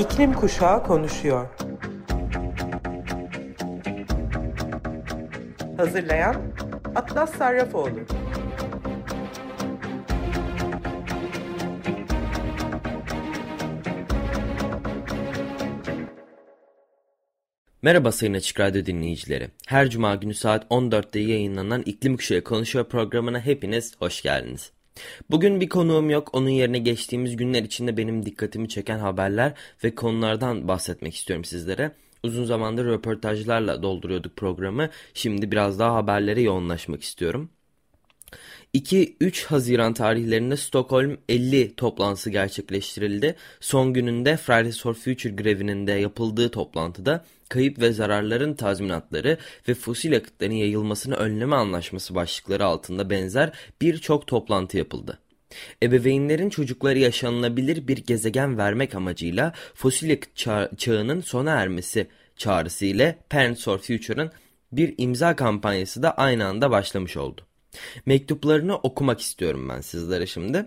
İklim Kuşağı konuşuyor. Hazırlayan Atlas Sarrafoğlu. Merhaba Sayın Açık Radyo dinleyicileri. Her cuma günü saat 14'te yayınlanan İklim Kuşağı konuşuyor programına hepiniz hoş geldiniz. Bugün bir konuğum yok. Onun yerine geçtiğimiz günler içinde benim dikkatimi çeken haberler ve konulardan bahsetmek istiyorum sizlere. Uzun zamandır röportajlarla dolduruyorduk programı. Şimdi biraz daha haberlere yoğunlaşmak istiyorum. 2-3 Haziran tarihlerinde Stockholm 50 toplantısı gerçekleştirildi. Son gününde Fridays for Future grevinin de yapıldığı toplantıda kayıp ve zararların tazminatları ve fosil yakıtların yayılmasını önleme anlaşması başlıkları altında benzer birçok toplantı yapıldı. Ebeveynlerin çocukları yaşanılabilir bir gezegen vermek amacıyla fosil yakıt çağının sona ermesi çağrısı ile Parents for Future'ın bir imza kampanyası da aynı anda başlamış oldu. Mektuplarını okumak istiyorum ben sizlere şimdi.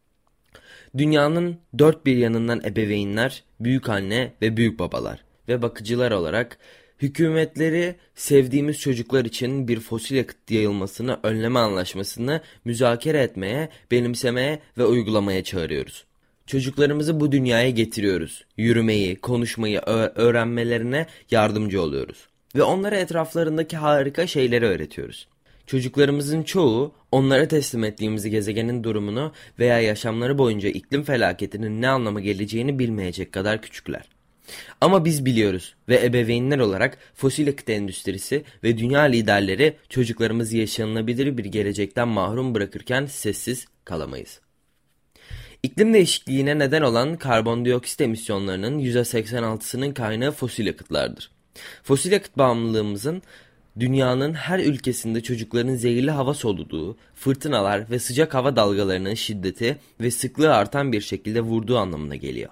Dünyanın dört bir yanından ebeveynler, büyükanne ve büyükbabalar ve bakıcılar olarak hükümetleri sevdiğimiz çocuklar için bir fosil yakıt yayılmasını önleme anlaşmasını müzakere etmeye, benimsemeye ve uygulamaya çağırıyoruz. Çocuklarımızı bu dünyaya getiriyoruz. Yürümeyi, konuşmayı öğrenmelerine yardımcı oluyoruz. Ve onlara etraflarındaki harika şeyleri öğretiyoruz. Çocuklarımızın çoğu onlara teslim ettiğimiz gezegenin durumunu veya yaşamları boyunca iklim felaketinin ne anlama geleceğini bilmeyecek kadar küçükler. Ama biz biliyoruz ve ebeveynler olarak fosil yakıt endüstrisi ve dünya liderleri çocuklarımızı yaşanılabilir bir gelecekten mahrum bırakırken sessiz kalamayız. İklim değişikliğine neden olan karbondioksit emisyonlarının %86'sının kaynağı fosil yakıtlardır. Fosil yakıt bağımlılığımızın dünyanın her ülkesinde çocukların zehirli hava soluduğu, fırtınalar ve sıcak hava dalgalarının şiddeti ve sıklığı artan bir şekilde vurduğu anlamına geliyor.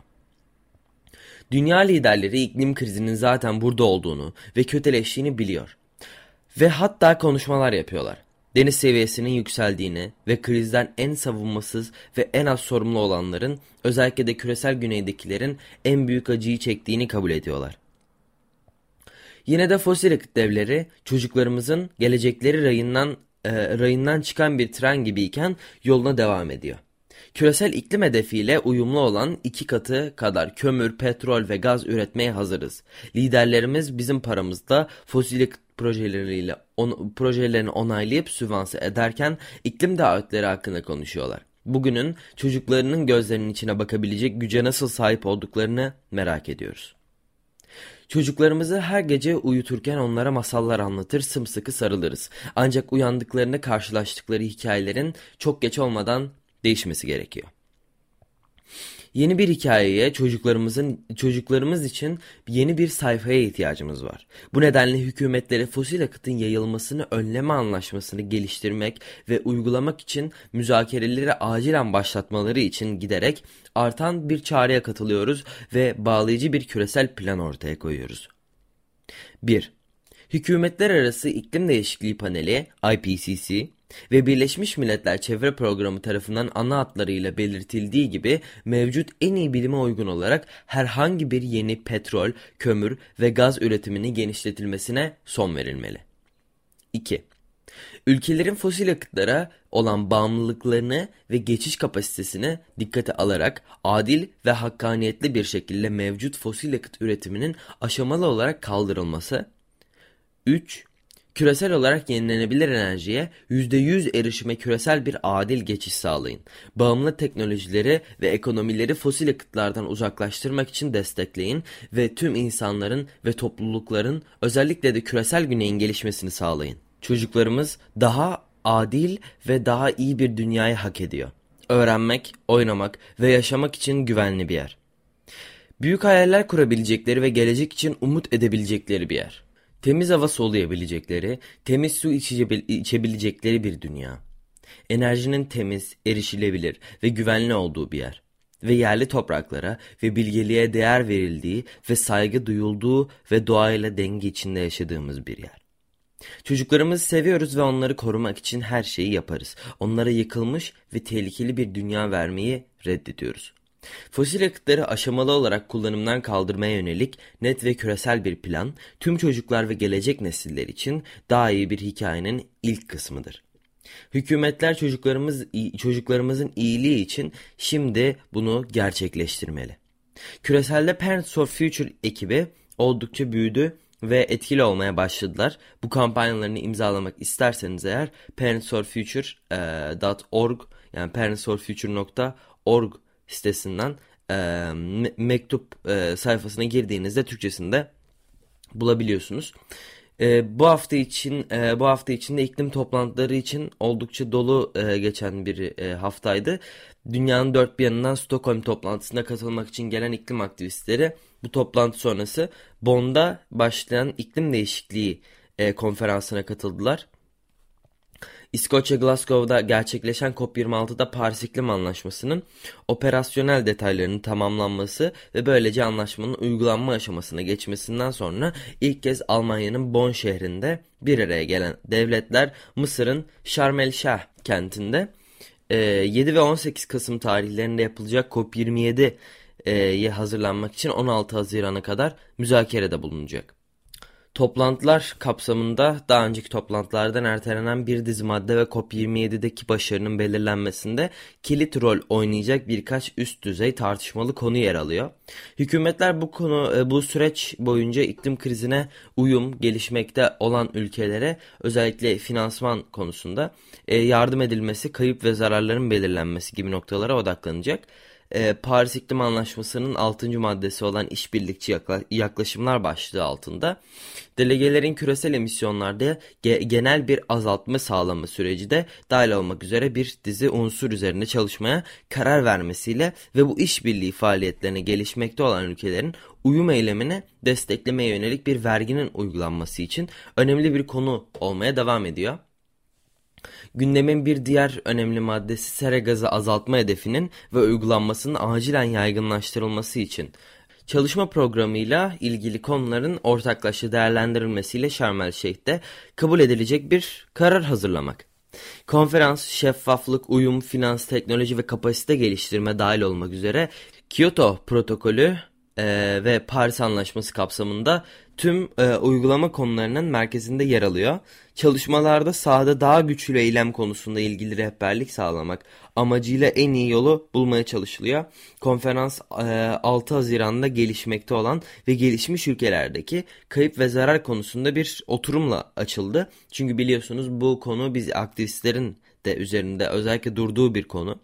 Dünya liderleri iklim krizinin zaten burada olduğunu ve kötüleştiğini biliyor. Ve hatta konuşmalar yapıyorlar. Deniz seviyesinin yükseldiğini ve krizden en savunmasız ve en az sorumlu olanların, özellikle de küresel güneydekilerin en büyük acıyı çektiğini kabul ediyorlar. Yine de fosil yakıt devleri çocuklarımızın gelecekleri rayından çıkan bir tren gibiyken yoluna devam ediyor. Küresel iklim hedefiyle uyumlu olan 2 katı kadar kömür, petrol ve gaz üretmeye hazırız. Liderlerimiz bizim paramızda fosil yakıt projelerini onaylayıp sübvanse ederken iklim davetleri hakkında konuşuyorlar. Bugünün çocuklarının gözlerinin içine bakabilecek güce nasıl sahip olduklarını merak ediyoruz. Çocuklarımızı her gece uyuturken onlara masallar anlatır, sımsıkı sarılırız. Ancak uyandıklarında karşılaştıkları hikayelerin çok geç olmadan değişmesi gerekiyor. Yeni bir hikayeye çocuklarımız için yeni bir sayfaya ihtiyacımız var. Bu nedenle hükümetlere fosil yakıtın yayılmasını önleme anlaşmasını geliştirmek ve uygulamak için müzakereleri acilen başlatmaları için giderek artan bir çağrıya katılıyoruz ve bağlayıcı bir küresel plan ortaya koyuyoruz. 1. Hükümetler Arası İklim Değişikliği Paneli IPCC ve Birleşmiş Milletler Çevre Programı tarafından ana hatlarıyla belirtildiği gibi mevcut en iyi bilime uygun olarak herhangi bir yeni petrol, kömür ve gaz üretiminin genişletilmesine son verilmeli. 2. Ülkelerin fosil yakıtlara olan bağımlılıklarını ve geçiş kapasitesini dikkate alarak adil ve hakkaniyetli bir şekilde mevcut fosil yakıt üretiminin aşamalı olarak kaldırılması. 3. Küresel olarak yenilenebilir enerjiye %100 erişime küresel bir adil geçiş sağlayın. Bağımlı teknolojileri ve ekonomileri fosil yakıtlardan uzaklaştırmak için destekleyin ve tüm insanların ve toplulukların, özellikle de küresel güneyin gelişmesini sağlayın. Çocuklarımız daha adil ve daha iyi bir dünyayı hak ediyor. Öğrenmek, oynamak ve yaşamak için güvenli bir yer. Büyük hayaller kurabilecekleri ve gelecek için umut edebilecekleri bir yer. Temiz hava soluyabilecekleri, temiz su içebilecekleri bir dünya. Enerjinin temiz, erişilebilir ve güvenli olduğu bir yer. Ve yerli topraklara ve bilgeliğe değer verildiği ve saygı duyulduğu ve doğayla denge içinde yaşadığımız bir yer. Çocuklarımızı seviyoruz ve onları korumak için her şeyi yaparız. Onlara yıkılmış ve tehlikeli bir dünya vermeyi reddediyoruz. Fosil yakıtları aşamalı olarak kullanımdan kaldırmaya yönelik net ve küresel bir plan, tüm çocuklar ve gelecek nesiller için daha iyi bir hikayenin ilk kısmıdır. Hükümetler çocuklarımızın iyiliği için şimdi bunu gerçekleştirmeli. Küreselde Parents for Future ekibi oldukça büyüdü ve etkili olmaya başladılar. Bu kampanyalarını imzalamak isterseniz eğer parentsforfuture.org yani parentsforfuture.org sitesinden mektup sayfasına girdiğinizde Türkçesinde bulabiliyorsunuz. Bu hafta içinde iklim toplantıları için oldukça dolu geçen bir haftaydı. Dünyanın dört bir yanından Stockholm toplantısına katılmak için gelen iklim aktivistleri bu toplantı sonrası Bonn'da başlayan iklim değişikliği konferansına katıldılar. İskoçya Glasgow'da gerçekleşen COP26'da Paris İklim Anlaşması'nın operasyonel detaylarının tamamlanması ve böylece anlaşmanın uygulanma aşamasına geçmesinden sonra ilk kez Almanya'nın Bonn şehrinde bir araya gelen devletler Mısır'ın Şarm El Şeyh kentinde 7 ve 18 Kasım tarihlerinde yapılacak COP27'ye hazırlanmak için 16 Haziran'a kadar müzakerede bulunacak. Toplantılar kapsamında daha önceki toplantılardan ertelenen bir dizi madde ve COP27'deki başarının belirlenmesinde kilit rol oynayacak birkaç üst düzey tartışmalı konu yer alıyor. Hükümetler bu süreç boyunca iklim krizine uyum gelişmekte olan ülkelere özellikle finansman konusunda yardım edilmesi, kayıp ve zararların belirlenmesi gibi noktalara odaklanacak. Paris İklim Anlaşması'nın 6. maddesi olan işbirlikçi yaklaşımlar başlığı altında delegelerin küresel emisyonlarda genel bir azaltma sağlama süreci de dahil olmak üzere bir dizi unsur üzerine çalışmaya karar vermesiyle ve bu işbirliği faaliyetlerine gelişmekte olan ülkelerin uyum eylemini desteklemeye yönelik bir verginin uygulanması için önemli bir konu olmaya devam ediyor. Gündemin bir diğer önemli maddesi sera gazı azaltma hedefinin ve uygulanmasının acilen yaygınlaştırılması için çalışma programıyla ilgili konuların ortaklaşa değerlendirilmesiyle Şarm El Şeyh'te kabul edilecek bir karar hazırlamak. Konferans, şeffaflık, uyum, finans, teknoloji ve kapasite geliştirme dahil olmak üzere Kyoto protokolü ve Paris Anlaşması kapsamında tüm uygulama konularının merkezinde yer alıyor. Çalışmalarda sahada daha güçlü eylem konusunda ilgili rehberlik sağlamak amacıyla en iyi yolu bulmaya çalışılıyor. Konferans 6 Haziran'da gelişmekte olan ve gelişmiş ülkelerdeki kayıp ve zarar konusunda bir oturumla açıldı. Çünkü biliyorsunuz bu konu biz aktivistlerin de üzerinde özellikle durduğu bir konu.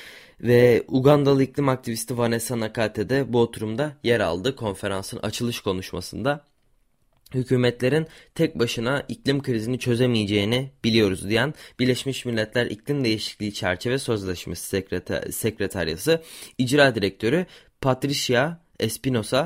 Ve Ugandalı iklim aktivisti Vanessa Nakate de bu oturumda yer aldı konferansın açılış konuşmasında. Hükümetlerin tek başına iklim krizini çözemeyeceğini biliyoruz diyen Birleşmiş Milletler İklim Değişikliği Çerçeve Sözleşmesi Sekreteryası İcra Direktörü Patricia Espinosa,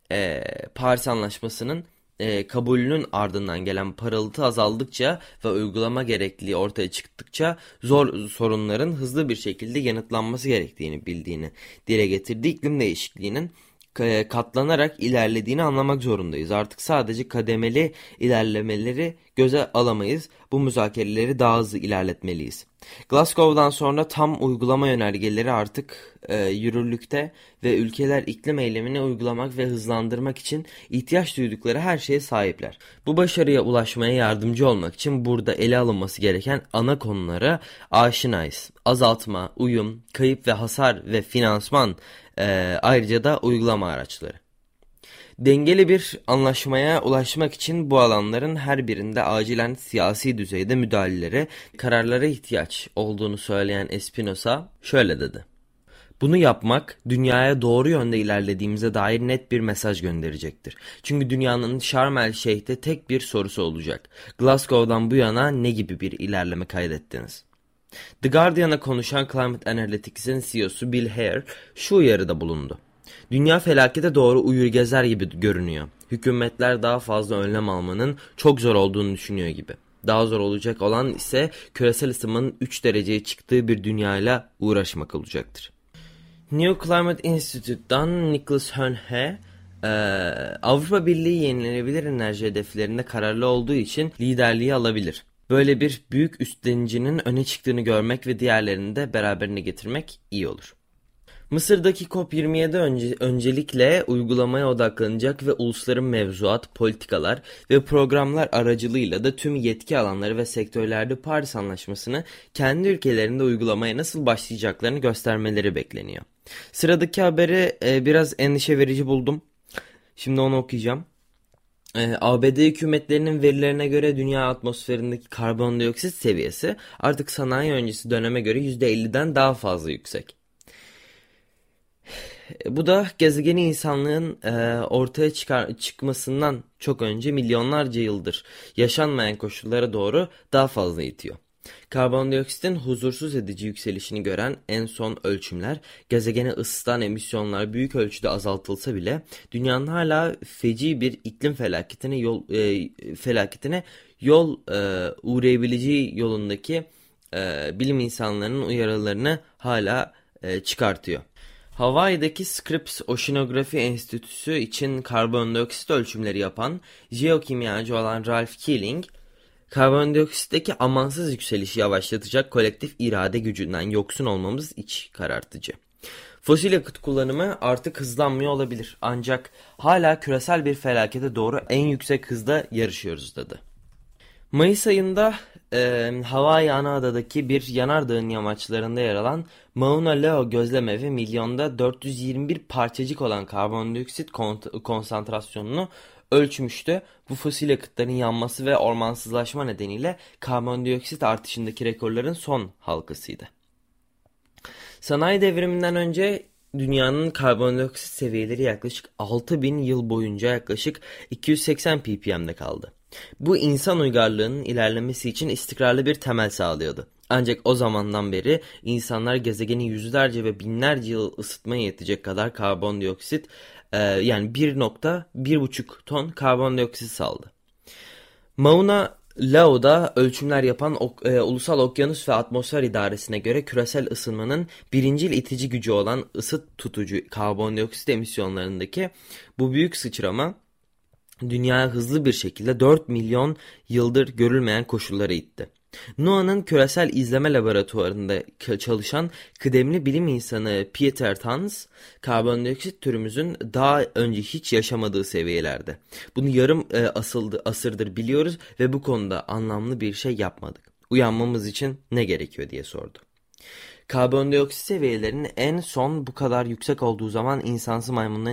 Paris Anlaşması'nın kabulünün ardından gelen parıltı azaldıkça ve uygulama gerekliliği ortaya çıktıkça sorunların hızlı bir şekilde yanıtlanması gerektiğini bildiğini dile getirdi. İklim değişikliğinin katlanarak ilerlediğini anlamak zorundayız. Artık sadece kademeli ilerlemeleri göze alamayız. Bu müzakereleri daha hızlı ilerletmeliyiz. Glasgow'dan sonra tam uygulama yönergeleri artık yürürlükte ve ülkeler iklim eylemini uygulamak ve hızlandırmak için ihtiyaç duydukları her şeye sahipler. Bu başarıya ulaşmaya yardımcı olmak için burada ele alınması gereken ana konulara aşinayız. Azaltma, uyum, kayıp ve hasar ve finansman, ayrıca da uygulama araçları. Dengeli bir anlaşmaya ulaşmak için bu alanların her birinde acilen siyasi düzeyde müdahalelere, kararlara ihtiyaç olduğunu söyleyen Espinosa şöyle dedi. Bunu yapmak dünyaya doğru yönde ilerlediğimize dair net bir mesaj gönderecektir. Çünkü dünyanın Şarm El Şeyh'te tek bir sorusu olacak. Glasgow'dan bu yana ne gibi bir ilerleme kaydettiniz? The Guardian'a konuşan Climate Analytics'in CEO'su Bill Hare şu uyarıda bulundu. Dünya felakete doğru uyur gezer gibi görünüyor. Hükümetler daha fazla önlem almanın çok zor olduğunu düşünüyor gibi. Daha zor olacak olan ise küresel ısınmanın 3 dereceye çıktığı bir dünyayla uğraşmak olacaktır. New Climate Institute'dan Nicholas Hönhe, Avrupa Birliği yenilenebilir enerji hedeflerinde kararlı olduğu için liderliği alabilir. Böyle bir büyük üstlenicinin öne çıktığını görmek ve diğerlerini de beraberine getirmek iyi olur. Mısır'daki COP27 öncelikle uygulamaya odaklanacak ve ulusların mevzuat, politikalar ve programlar aracılığıyla da tüm yetki alanları ve sektörlerde Paris Anlaşması'nı kendi ülkelerinde uygulamaya nasıl başlayacaklarını göstermeleri bekleniyor. Sıradaki haberi biraz endişe verici buldum. Şimdi onu okuyacağım. ABD hükümetlerinin verilerine göre dünya atmosferindeki karbondioksit seviyesi artık sanayi öncesi döneme göre %50'den daha fazla yüksek. Bu da gezegeni insanlığın ortaya çıkmasından çok önce milyonlarca yıldır yaşanmayan koşullara doğru daha fazla itiyor. Karbondioksitin huzursuz edici yükselişini gören en son ölçümler gezegeni ısıtan emisyonlar büyük ölçüde azaltılsa bile dünyanın hala feci bir iklim felaketine yol uğrayabileceği yolundaki bilim insanlarının uyarılarını hala çıkartıyor. Hawaii'deki Scripps Oceanography Enstitüsü için karbondioksit ölçümleri yapan jeokimyacı olan Ralph Keeling, karbondioksitteki amansız yükselişi yavaşlatacak kolektif irade gücünden yoksun olmamız iç karartıcı. Fosil yakıt kullanımı artık hızlanmıyor olabilir, ancak hala küresel bir felakete doğru en yüksek hızda yarışıyoruz dedi. Mayıs ayında Hawaii Anaada'daki bir yanardağın yamaçlarında yer alan Mauna Loa gözlemevi milyonda 421 parçacık olan karbondioksit konsantrasyonunu ölçmüştü. Bu fosil yakıtların yanması ve ormansızlaşma nedeniyle karbondioksit artışındaki rekorların son halkasıydı. Sanayi devriminden önce dünyanın karbondioksit seviyeleri yaklaşık 6000 yıl boyunca yaklaşık 280 ppm'de kaldı. Bu insan uygarlığının ilerlemesi için istikrarlı bir temel sağlıyordu. Ancak o zamandan beri insanlar gezegeni yüzlerce ve binlerce yıl ısıtmaya yetecek kadar karbondioksit yani 1,5 ton karbondioksit saldı. Mauna Loa'da ölçümler yapan Ulusal Okyanus ve Atmosfer İdaresi'ne göre küresel ısınmanın birincil itici gücü olan ısı tutucu karbondioksit emisyonlarındaki bu büyük sıçrama dünyaya hızlı bir şekilde 4 milyon yıldır görülmeyen koşullara itti. NOAA'nın küresel izleme laboratuvarında çalışan kıdemli bilim insanı Peter Tans, karbondioksit türümüzün daha önce hiç yaşamadığı seviyelerde. Bunu yarım asırdır biliyoruz ve bu konuda anlamlı bir şey yapmadık. Uyanmamız için ne gerekiyor diye sordu. Karbondioksit seviyelerinin en son bu kadar yüksek olduğu zaman insansı maymunların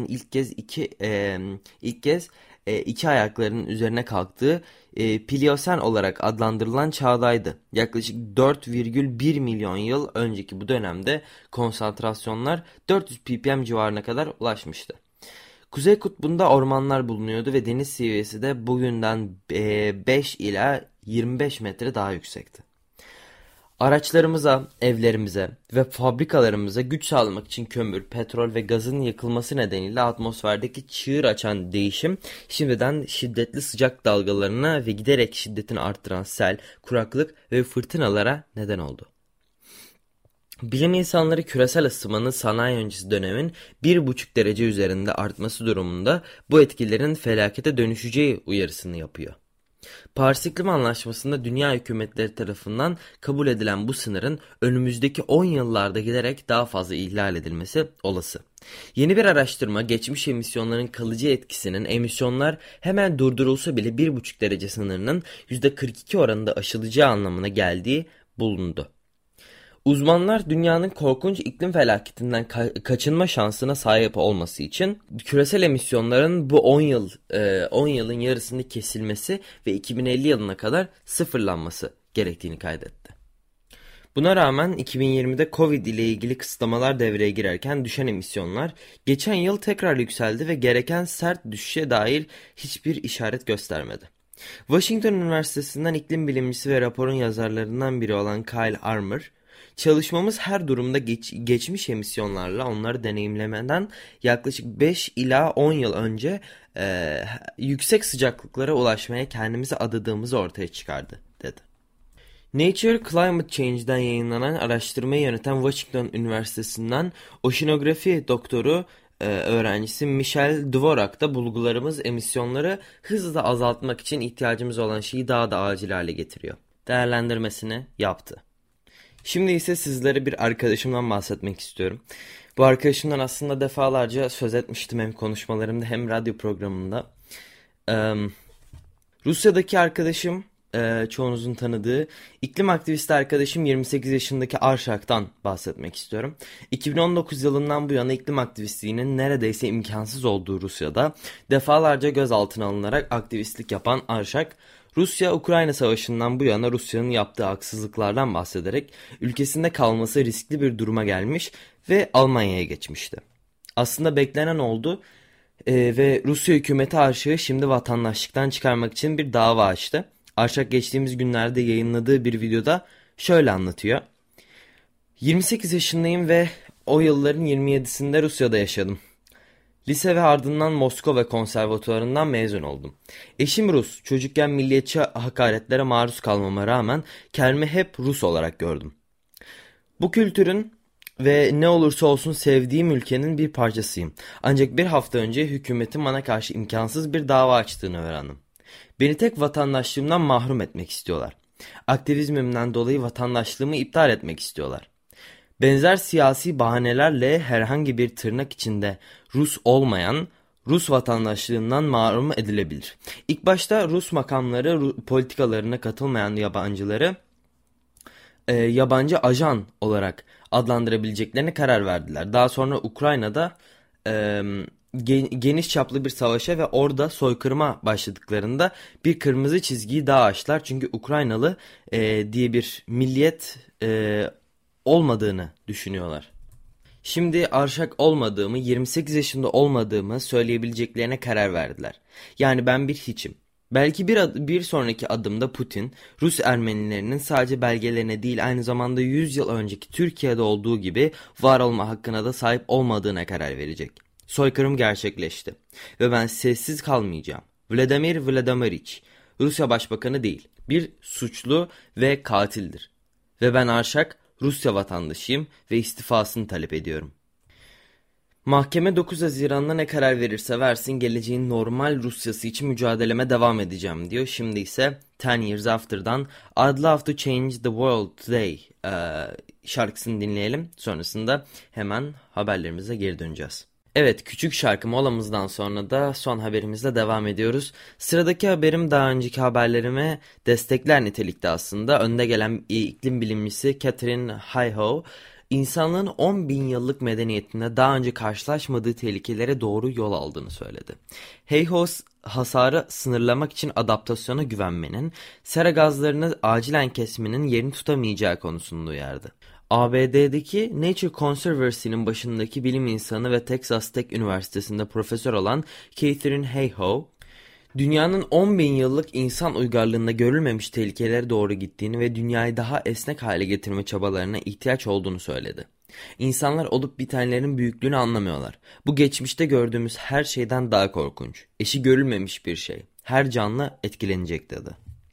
ilk kez iki ayaklarının üzerine kalktığı Pliosen olarak adlandırılan çağdaydı. Yaklaşık 4,1 milyon yıl önceki bu dönemde konsantrasyonlar 400 ppm civarına kadar ulaşmıştı. Kuzey kutbunda ormanlar bulunuyordu ve deniz seviyesi de bugünden 5 ila 25 metre daha yüksekti. Araçlarımıza, evlerimize ve fabrikalarımıza güç sağlamak için kömür, petrol ve gazın yakılması nedeniyle atmosferdeki çığır açan değişim şimdiden şiddetli sıcak dalgalarına ve giderek şiddetini arttıran sel, kuraklık ve fırtınalara neden oldu. Bilim insanları küresel ısınmanın sanayi öncesi dönemin 1,5 derece üzerinde artması durumunda bu etkilerin felakete dönüşeceği uyarısını yapıyor. Paris İklim Anlaşması'nda dünya hükümetleri tarafından kabul edilen bu sınırın önümüzdeki 10 yıllarda giderek daha fazla ihlal edilmesi olası. Yeni bir araştırma geçmiş emisyonların kalıcı etkisinin emisyonlar hemen durdurulsa bile 1,5 derece sınırının %42 oranında aşılacağı anlamına geldiği bulundu. Uzmanlar dünyanın korkunç iklim felaketinden kaçınma şansına sahip olması için küresel emisyonların bu 10 yılın yarısında kesilmesi ve 2050 yılına kadar sıfırlanması gerektiğini kaydetti. Buna rağmen 2020'de Covid ile ilgili kısıtlamalar devreye girerken düşen emisyonlar geçen yıl tekrar yükseldi ve gereken sert düşüşe dair hiçbir işaret göstermedi. Washington Üniversitesi'nden iklim bilimcisi ve raporun yazarlarından biri olan Kyle Armour, çalışmamız her durumda geçmiş emisyonlarla onları deneyimlemeden yaklaşık 5 ila 10 yıl önce yüksek sıcaklıklara ulaşmaya kendimizi adadığımızı ortaya çıkardı, dedi. Nature Climate Change'den yayınlanan araştırmayı yöneten Washington Üniversitesi'nden oşinografi doktoru öğrencisi Michel Dvorak da bulgularımız emisyonları hızla azaltmak için ihtiyacımız olan şeyi daha da acil hale getiriyor. Değerlendirmesini yaptı. Şimdi ise sizlere bir arkadaşımdan bahsetmek istiyorum. Bu arkadaşımdan aslında defalarca söz etmiştim hem konuşmalarımda hem radyo programında. Ee, Rusya'daki arkadaşım, çoğunuzun tanıdığı iklim aktivisti arkadaşım 28 yaşındaki Arshak'tan bahsetmek istiyorum. 2019 yılından bu yana iklim aktivistliğinin neredeyse imkansız olduğu Rusya'da defalarca gözaltına alınarak aktivistlik yapan Arshak, Rusya-Ukrayna savaşından bu yana Rusya'nın yaptığı haksızlıklardan bahsederek ülkesinde kalması riskli bir duruma gelmiş ve Almanya'ya geçmişti. Aslında beklenen oldu. Ve Rusya hükümeti Arşak'ı şimdi vatandaşlıktan çıkarmak için bir dava açtı. Arşak geçtiğimiz günlerde yayınladığı bir videoda şöyle anlatıyor. 28 yaşındayım ve o yılların 27'sinde Rusya'da yaşadım. Lise ve ardından Moskova konservatuvarından mezun oldum. Eşim Rus, çocukken milliyetçi hakaretlere maruz kalmama rağmen kendimi hep Rus olarak gördüm. Bu kültürün ve ne olursa olsun sevdiğim ülkenin bir parçasıyım. Ancak bir hafta önce hükümetin bana karşı imkansız bir dava açtığını öğrendim. Beni tek vatandaşlığımdan mahrum etmek istiyorlar. Aktivizmimden dolayı vatandaşlığımı iptal etmek istiyorlar. Benzer siyasi bahanelerle herhangi bir tırnak içinde Rus olmayan Rus vatandaşlığından mahrum edilebilir. İlk başta Rus makamları politikalarına katılmayan yabancıları yabancı ajan olarak adlandırabileceklerine karar verdiler. Daha sonra Ukrayna'da geniş çaplı bir savaşa ve orada soykırıma başladıklarında bir kırmızı çizgiyi daha aştılar. Çünkü Ukraynalı diye bir milliyet olmadığını düşünüyorlar. Şimdi Arshak olmadığımı, 28 yaşında olmadığımı söyleyebileceklerine karar verdiler. Yani ben bir hiçim. Belki bir sonraki adımda Putin, Rus Ermenilerinin sadece belgelerine değil aynı zamanda 100 yıl önceki Türkiye'de olduğu gibi var olma hakkına da sahip olmadığına karar verecek. Soykırım gerçekleşti ve ben sessiz kalmayacağım. Vladimir Vladimirovich, Rusya Başbakanı değil, bir suçlu ve katildir. Ve ben Arshak, Rusya vatandaşıyım ve istifasını talep ediyorum. Mahkeme 9 Haziran'da ne karar verirse versin geleceğin normal Rusyası için mücadeleme devam edeceğim diyor. Şimdi ise 10 Years After'dan I'd Love to Change the World Today şarkısını dinleyelim. Sonrasında hemen haberlerimize geri döneceğiz. Evet, küçük şarkı molamızdan sonra da son haberimizle devam ediyoruz. Sıradaki haberim daha önceki haberlerime destekler nitelikte aslında. Önde gelen iklim bilimcisi Katherine Hayhoe, İnsanlığın 10.000 yıllık medeniyetinde daha önce karşılaşmadığı tehlikelere doğru yol aldığını söyledi. Hayhoe, hasarı sınırlamak için adaptasyona güvenmenin, sera gazlarını acilen kesmenin yerini tutamayacağı konusunda uyardı. ABD'deki Nature Conservancy'nin başındaki bilim insanı ve Texas Tech Üniversitesi'nde profesör olan Katherine Hayhoe, dünyanın 10.000 yıllık insan uygarlığında görülmemiş tehlikelere doğru gittiğini ve dünyayı daha esnek hale getirme çabalarına ihtiyaç olduğunu söyledi. İnsanlar olup bitenlerin büyüklüğünü anlamıyorlar. Bu geçmişte gördüğümüz her şeyden daha korkunç. Eşi görülmemiş bir şey. Her canlı etkilenecek dedi.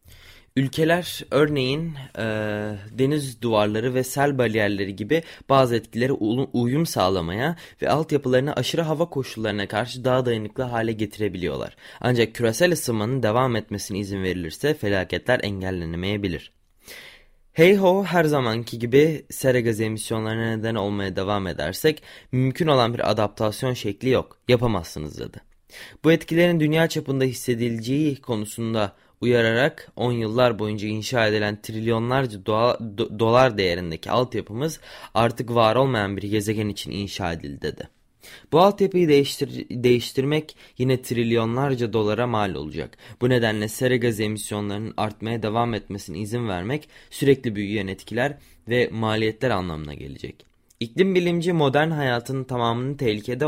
Ülkeler örneğin deniz duvarları ve sel bariyerleri gibi bazı etkilere uyum sağlamaya ve altyapılarını aşırı hava koşullarına karşı daha dayanıklı hale getirebiliyorlar. Ancak küresel ısınmanın devam etmesine izin verilirse felaketler engellenemeyebilir. Hey-ho, her zamanki gibi sera gazı emisyonlarına neden olmaya devam edersek mümkün olan bir adaptasyon şekli yok, yapamazsınız dedi. Bu etkilerin dünya çapında hissedileceği konusunda uyararak 10 yıllar boyunca inşa edilen trilyonlarca dolar değerindeki altyapımız artık var olmayan bir gezegen için inşa edildi dedi. Bu altyapıyı değiştirmek yine trilyonlarca dolara mal olacak. Bu nedenle sera gazı emisyonlarının artmaya devam etmesine izin vermek sürekli büyüyen etkiler ve maliyetler anlamına gelecek. İklim bilimci modern hayatın tamamının tehlikede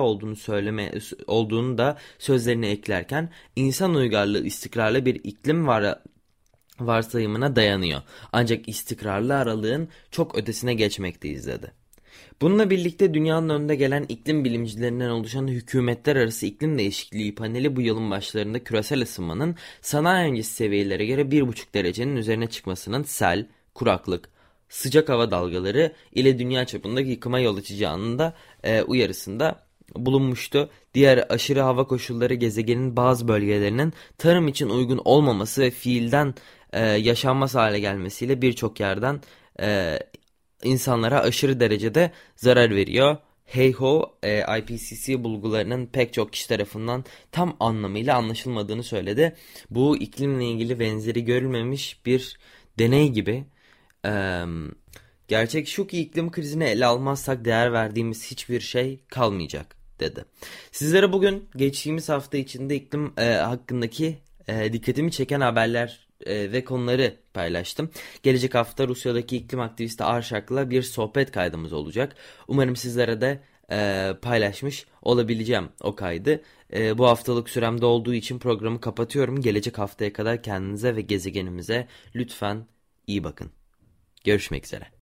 olduğunu da sözlerine eklerken insan uygarlığı istikrarlı bir iklim varsayımına dayanıyor. Ancak istikrarlı aralığın çok ötesine geçmekteyiz dedi. Bununla birlikte dünyanın önde gelen iklim bilimcilerinden oluşan hükümetler arası iklim değişikliği paneli bu yılın başlarında küresel ısınmanın sanayi öncesi seviyelere göre 1,5 derecenin üzerine çıkmasının sel, kuraklık, sıcak hava dalgaları ile dünya çapında yıkıma yol açacağının da uyarısında bulunmuştu. Diğer aşırı hava koşulları gezegenin bazı bölgelerinin tarım için uygun olmaması ve fiilden yaşanmaz hale gelmesiyle birçok yerden insanlara aşırı derecede zarar veriyor. Hey ho, IPCC bulgularının pek çok kişi tarafından tam anlamıyla anlaşılmadığını söyledi. Bu iklimle ilgili benzeri görülmemiş bir deney gibi. Eee, Gerçek şu ki iklim krizini ele almazsak değer verdiğimiz hiçbir şey kalmayacak dedi. Sizlere bugün geçtiğimiz hafta içinde iklim hakkındaki dikkatimi çeken haberler ve konuları paylaştım. Gelecek hafta Rusya'daki iklim aktivisti Arşak'la bir sohbet kaydımız olacak. Umarım sizlere de paylaşmış olabileceğim o kaydı. Bu haftalık süremde olduğu için programı kapatıyorum. Gelecek haftaya kadar kendinize ve gezegenimize lütfen iyi bakın. Görüşmek üzere.